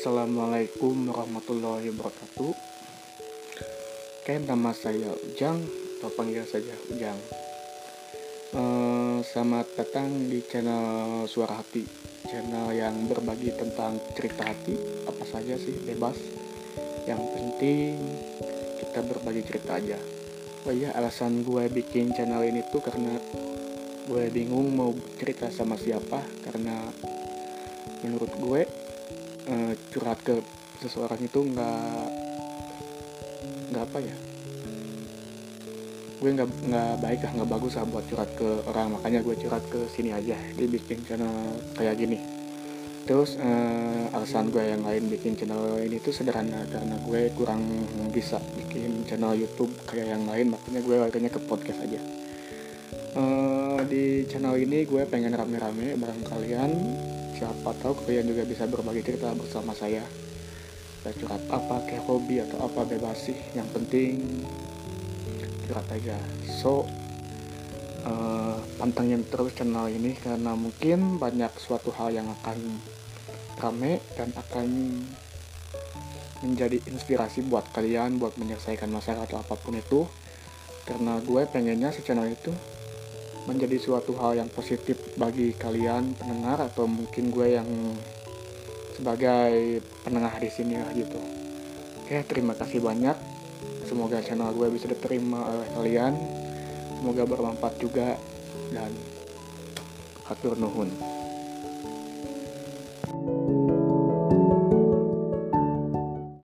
Assalamualaikum warahmatullahi wabarakatuh. Nama saya Ujang, atau panggil saja Ujang. Selamat datang di channel Suara Hati, channel yang berbagi tentang cerita hati, apa saja sih, bebas. Yang penting kita berbagi cerita aja. Oh iya, alasan gue bikin channel ini tuh karena gue bingung mau cerita sama siapa, karena menurut gue curhat ke seseorang itu nggak apa ya, gue nggak baik lah, nggak bagus lah buat curhat ke orang. Makanya gue curhat ke sini aja, dibikin channel kayak gini. Terus alasan gue yang lain bikin channel ini tuh sederhana, karena gue kurang bisa bikin channel YouTube kayak yang lain. Makanya gue akhirnya ke podcast aja. Di channel ini gue pengen rame-rame bareng kalian. Siapa tahu kalian juga bisa berbagi cerita bersama saya. Curhat apa, kayak hobi atau apa, bebas sih. Yang penting curhat aja. So pantengin terus channel ini, karena mungkin banyak suatu hal yang akan rame dan akan menjadi inspirasi buat kalian buat menyelesaikan masalah atau apapun itu. Karena gue pengennya si channel itu menjadi suatu hal yang positif bagi kalian pendengar, atau mungkin gue yang sebagai penengah di sini lah gitu. Oke, terima kasih banyak. Semoga channel gue bisa diterima oleh kalian. Semoga bermanfaat juga, dan hatur nuhun.